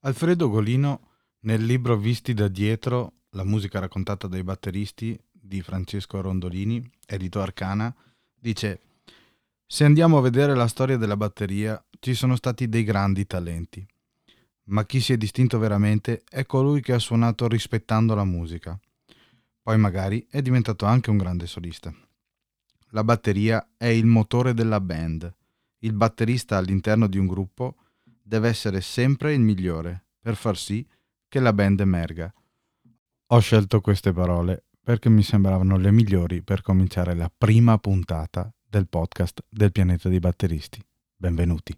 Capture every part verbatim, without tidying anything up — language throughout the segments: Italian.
Alfredo Golino, nel libro Visti da dietro, la musica raccontata dai batteristi di Francesco Rondolini, edito Arcana, dice: se andiamo a vedere la storia della batteria, ci sono stati dei grandi talenti, ma chi si è distinto veramente è colui che ha suonato rispettando la musica. Poi magari è diventato anche un grande solista. La batteria è il motore della band. Il batterista all'interno di un gruppo deve essere sempre il migliore per far sì che la band emerga. Ho scelto queste parole perché mi sembravano le migliori per cominciare la prima puntata del podcast del Pianeta dei Batteristi. Benvenuti.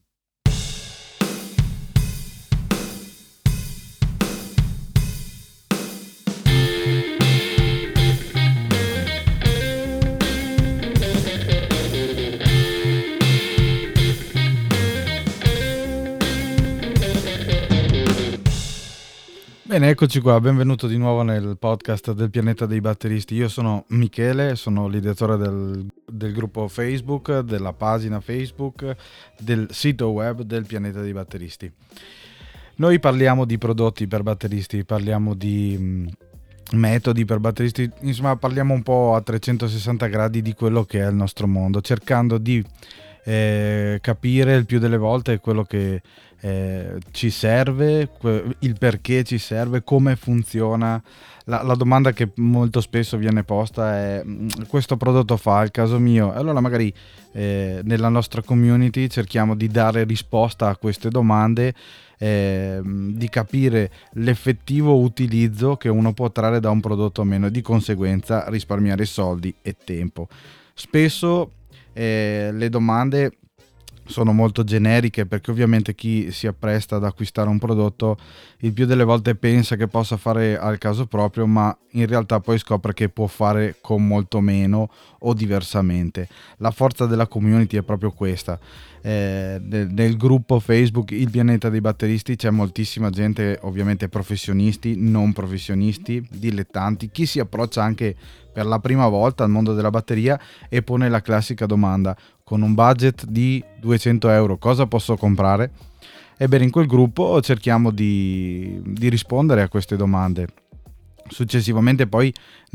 Bene, eccoci qua, benvenuto di nuovo nel podcast del Pianeta dei Batteristi. Io sono Michele, sono l'ideatore del, del gruppo Facebook, della pagina Facebook, del sito web del Pianeta dei Batteristi. Noi parliamo di prodotti per batteristi, parliamo di mh, metodi per batteristi, insomma parliamo un po' a trecentosessanta gradi di quello che è il nostro mondo, cercando di eh, capire il più delle volte quello che eh, ci serve, il perché ci serve, come funziona. La, la domanda che molto spesso viene posta è: questo prodotto fa il caso mio? E allora magari eh, nella nostra community cerchiamo di dare risposta a queste domande, eh, di capire l'effettivo utilizzo che uno può trarre da un prodotto o meno, e di conseguenza risparmiare soldi e tempo. Spesso eh, le domande sono molto generiche, perché ovviamente chi si appresta ad acquistare un prodotto il più delle volte pensa che possa fare al caso proprio, ma in realtà poi scopre che può fare con molto meno o diversamente. La forza della community è proprio questa. Eh, nel, nel gruppo Facebook Il Pianeta dei Batteristi c'è moltissima gente, ovviamente professionisti, non professionisti, dilettanti, chi si approccia anche per la prima volta al mondo della batteria e pone la classica domanda: con un budget di duecento euro cosa posso comprare? Ebbene, in quel gruppo cerchiamo di, di rispondere a queste domande. Successivamente poi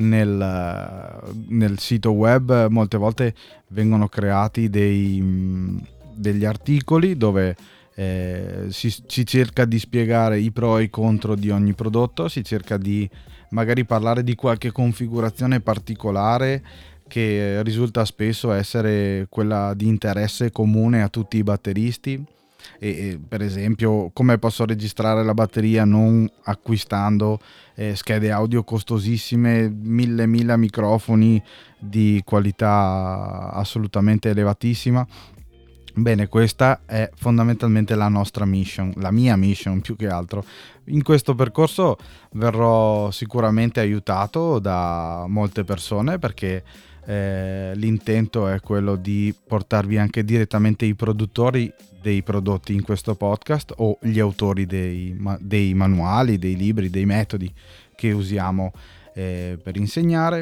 nel, nel sito web molte volte vengono creati dei, degli articoli dove eh, si, si cerca di spiegare i pro e i contro di ogni prodotto, si cerca di magari parlare di qualche configurazione particolare che risulta spesso essere quella di interesse comune a tutti i batteristi. E, e per esempio, come posso registrare la batteria non acquistando eh, schede audio costosissime, mille mila microfoni di qualità assolutamente elevatissima. Bene, questa è fondamentalmente la nostra mission, la mia mission più che altro. In questo percorso verrò sicuramente aiutato da molte persone, perché eh, l'intento è quello di portarvi anche direttamente i produttori dei prodotti in questo podcast, o gli autori dei, dei manuali, dei libri, dei metodi che usiamo eh, per insegnare.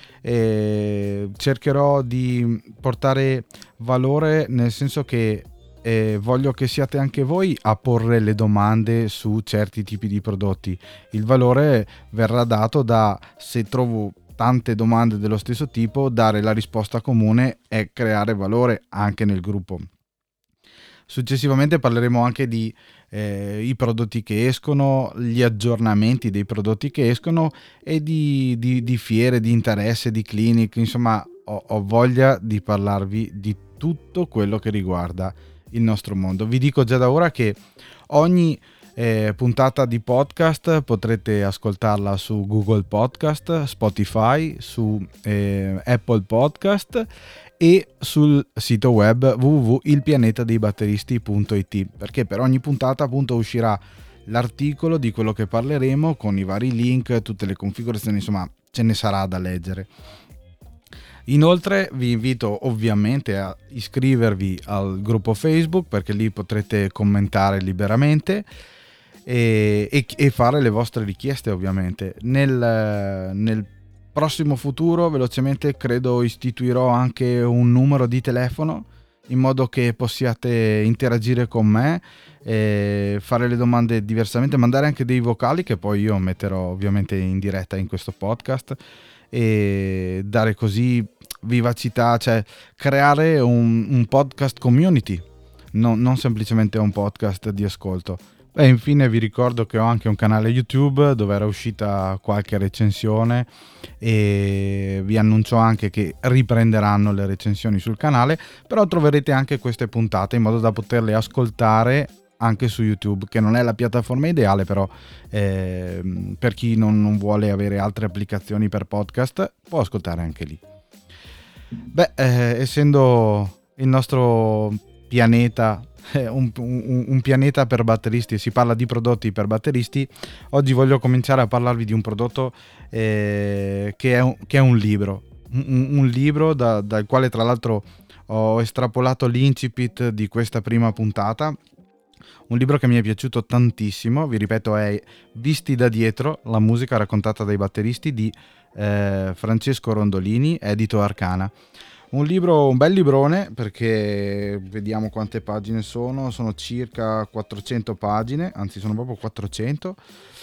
E cercherò di portare valore, nel senso che eh, voglio che siate anche voi a porre le domande su certi tipi di prodotti. Il valore verrà dato da, se trovo tante domande dello stesso tipo, dare la risposta comune e creare valore anche nel gruppo. Successivamente parleremo anche di eh, i prodotti che escono, gli aggiornamenti dei prodotti che escono e di, di, di fiere, di interesse, di clinic. Insomma, ho, ho voglia di parlarvi di tutto quello che riguarda il nostro mondo. Vi dico già da ora che ogni eh, puntata di podcast potrete ascoltarla su Google Podcast, Spotify, su eh, Apple Podcast e sul sito web w w w punto il pianeta dei batteristi punto i t, perché per ogni puntata appunto uscirà l'articolo di quello che parleremo con i vari link, tutte le configurazioni, insomma ce ne sarà da leggere. Inoltre vi invito ovviamente a iscrivervi al gruppo Facebook, perché lì potrete commentare liberamente e, e, e fare le vostre richieste. Ovviamente nel, nel prossimo futuro velocemente credo istituirò anche un numero di telefono in modo che possiate interagire con me, e fare le domande diversamente, mandare anche dei vocali che poi io metterò ovviamente in diretta in questo podcast, e dare così vivacità, cioè creare un, un podcast community, no, non semplicemente un podcast di ascolto. E infine vi ricordo che ho anche un canale YouTube dove era uscita qualche recensione, e vi annuncio anche che riprenderanno le recensioni sul canale, però troverete anche queste puntate in modo da poterle ascoltare anche su YouTube, che non è la piattaforma ideale, però eh, per chi non, non vuole avere altre applicazioni per podcast può ascoltare anche lì. Beh, eh, essendo il nostro pianeta Un, un, un pianeta per batteristi e si parla di prodotti per batteristi, oggi voglio cominciare a parlarvi di un prodotto eh, che, è un, che è un libro, un, un libro da, dal quale tra l'altro ho estrapolato l'incipit di questa prima puntata. Un libro che mi è piaciuto tantissimo, vi ripeto, è Visti da dietro, la musica raccontata dai batteristi di eh, Francesco Rondolini, edito Arcana. Un libro, un bel librone, perché vediamo quante pagine sono, sono circa quattrocento pagine, anzi sono proprio quattrocento,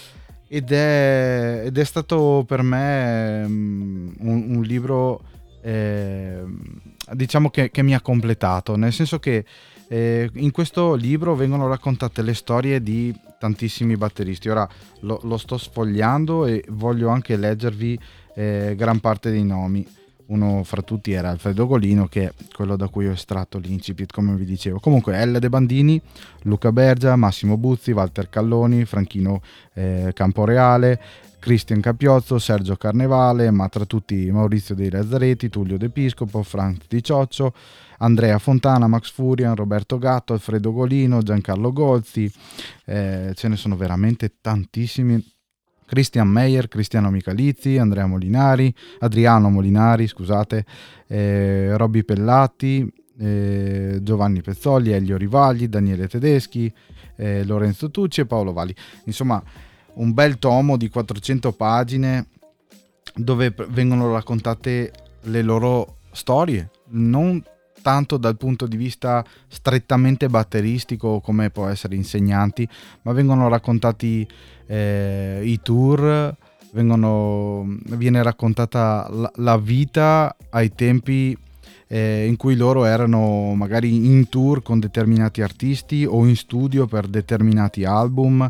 ed è, ed è stato per me um, un, un libro eh, diciamo che, che mi ha completato, nel senso che eh, in questo libro vengono raccontate le storie di tantissimi batteristi. Ora lo, lo sto sfogliando e voglio anche leggervi eh, gran parte dei nomi. Uno fra tutti era Alfredo Golino, che è quello da cui ho estratto l'incipit, come vi dicevo. Comunque L. De Bandini, Luca Bergia, Massimo Buzzi, Walter Calloni, Franchino eh, Camporeale, Cristian Capiozzo, Sergio Carnevale, ma tra tutti Maurizio dei Lazzareti, Tullio De Piscopo, Frank Di Cioccio, Andrea Fontana, Max Furian, Roberto Gatto, Alfredo Golino, Giancarlo Golzi, eh, ce ne sono veramente tantissimi. Christian Meyer, Cristiano Michalizzi, Andrea Molinari, Adriano Molinari, scusate, eh, Robby Pellatti, eh, Giovanni Pezzoli, Elio Rivagli, Daniele Tedeschi, eh, Lorenzo Tucci e Paolo Valli. Insomma, un bel tomo di quattrocento pagine dove vengono raccontate le loro storie, non tanto dal punto di vista strettamente batteristico come può essere insegnanti, ma vengono raccontati eh, i tour, vengono, viene raccontata la, la vita ai tempi eh, in cui loro erano magari in tour con determinati artisti o in studio per determinati album.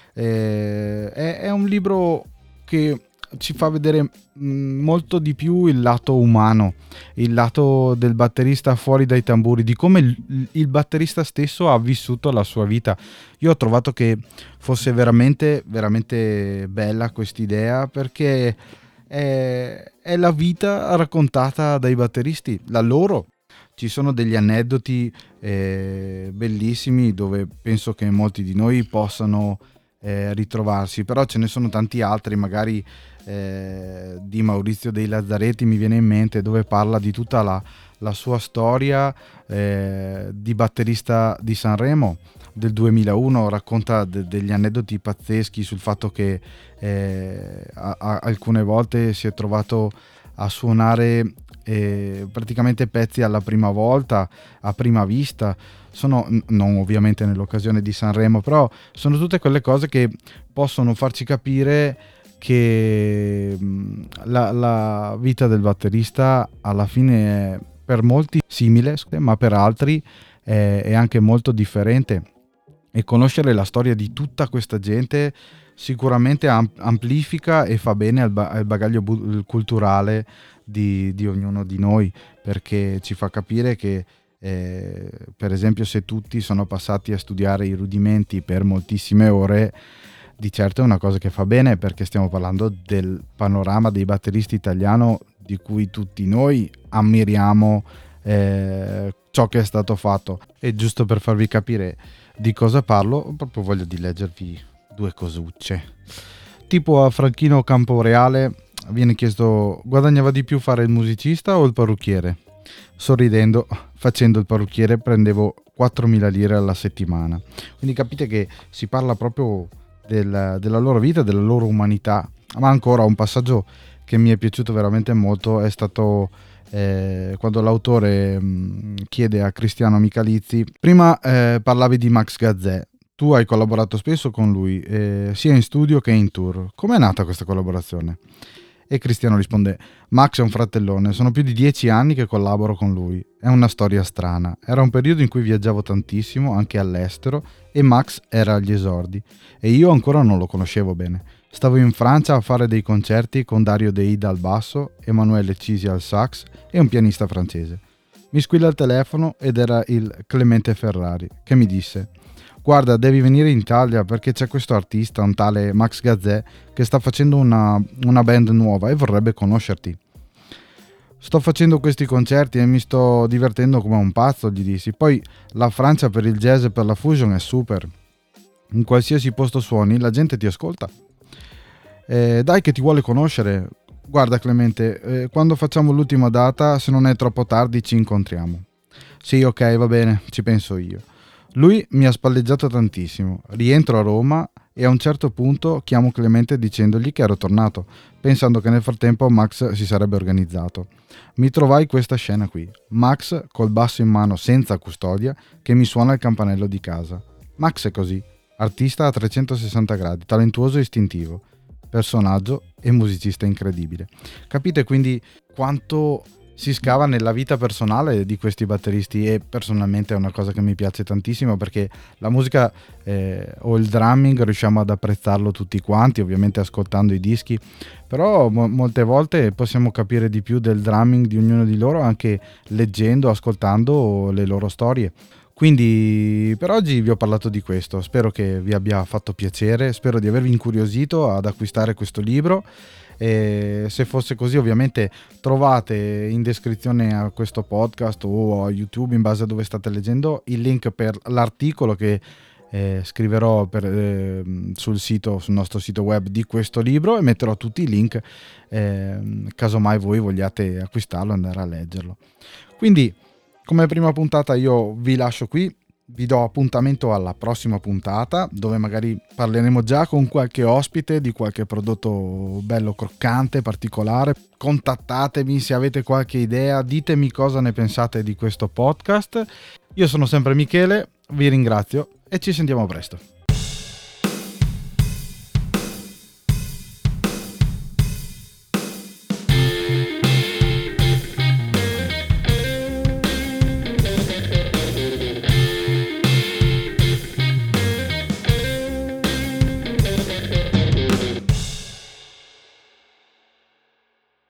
Eh, è, è un libro che ci fa vedere molto di più il lato umano, il lato del batterista fuori dai tamburi, di come il, il batterista stesso ha vissuto la sua vita. Io ho trovato che fosse veramente veramente bella quest'idea, perché è, è la vita raccontata dai batteristi, la loro. Ci sono degli aneddoti eh, bellissimi dove penso che molti di noi possano eh, ritrovarsi, però ce ne sono tanti altri, magari Eh, di Maurizio dei Lazzareti mi viene in mente, dove parla di tutta la, la sua storia eh, di batterista di Sanremo del duemilauno, racconta de- degli aneddoti pazzeschi sul fatto che eh, a- a- alcune volte si è trovato a suonare eh, praticamente pezzi alla prima volta, a prima vista. Sono, non ovviamente nell'occasione di Sanremo, però sono tutte quelle cose che possono farci capire che la, la vita del batterista alla fine è per molti simile, ma per altri è, è anche molto differente, e conoscere la storia di tutta questa gente sicuramente amplifica e fa bene al, ba- al bagaglio bu- culturale di, di ognuno di noi, perché ci fa capire che eh, per esempio, se tutti sono passati a studiare i rudimenti per moltissime ore, di certo è una cosa che fa bene, perché stiamo parlando del panorama dei batteristi italiano di cui tutti noi ammiriamo eh, ciò che è stato fatto. E giusto per farvi capire di cosa parlo, ho proprio voglia di leggervi due cosucce. Tipo a Franchino Camporeale viene chiesto: guadagnava di più fare il musicista o il parrucchiere? Sorridendo, facendo il parrucchiere prendevo quattromila lire alla settimana. Quindi capite che si parla proprio Del, della loro vita, della loro umanità. Ma ancora un passaggio che mi è piaciuto veramente molto è stato eh, quando l'autore mh, chiede a Cristiano Michalizzi: prima eh, parlavi di Max Gazzè, tu hai collaborato spesso con lui, eh, sia in studio che in tour. Com'è nata questa collaborazione? E Cristiano risponde: Max è un fratellone, sono più di dieci anni che collaboro con lui. È una storia strana. Era un periodo in cui viaggiavo tantissimo, anche all'estero, e Max era agli esordi. E io ancora non lo conoscevo bene. Stavo in Francia a fare dei concerti con Dario Deida al basso, Emanuele Cisi al sax e un pianista francese. Mi squilla il telefono ed era il Clemente Ferrari, che mi disse: guarda, devi venire in Italia perché c'è questo artista, un tale Max Gazzè, che sta facendo una, una band nuova e vorrebbe conoscerti. Sto facendo questi concerti e mi sto divertendo come un pazzo, gli dissi. Poi la Francia per il jazz e per la fusion è super. In qualsiasi posto suoni la gente ti ascolta. Eh, dai che ti vuole conoscere. Guarda Clemente, eh, quando facciamo l'ultima data, se non è troppo tardi ci incontriamo. Sì, ok, va bene, ci penso io. Lui mi ha spalleggiato tantissimo. Rientro a Roma e a un certo punto chiamo Clemente dicendogli che ero tornato, pensando che nel frattempo Max si sarebbe organizzato. Mi trovai questa scena qui. Max col basso in mano senza custodia che mi suona il campanello di casa. Max è così, artista a trecentosessanta gradi, talentuoso e istintivo, personaggio e musicista incredibile. Capite quindi quanto si scava nella vita personale di questi batteristi, e personalmente è una cosa che mi piace tantissimo, perché la musica eh, o il drumming riusciamo ad apprezzarlo tutti quanti, ovviamente ascoltando i dischi, però mo- molte volte possiamo capire di più del drumming di ognuno di loro anche leggendo, ascoltando le loro storie. Quindi per oggi vi ho parlato di questo, spero che vi abbia fatto piacere, spero di avervi incuriosito ad acquistare questo libro. E se fosse così, ovviamente trovate in descrizione a questo podcast o a YouTube, in base a dove state leggendo, il link per l'articolo che eh, scriverò per, eh, sul sito, sul nostro sito web di questo libro, e metterò tutti i link eh, casomai voi vogliate acquistarlo e andare a leggerlo. Quindi, come prima puntata io vi lascio qui. Vi do appuntamento alla prossima puntata, dove magari parleremo già con qualche ospite di qualche prodotto bello croccante, particolare. Contattatemi se avete qualche idea, ditemi cosa ne pensate di questo podcast. Io sono sempre Michele, vi ringrazio e ci sentiamo presto.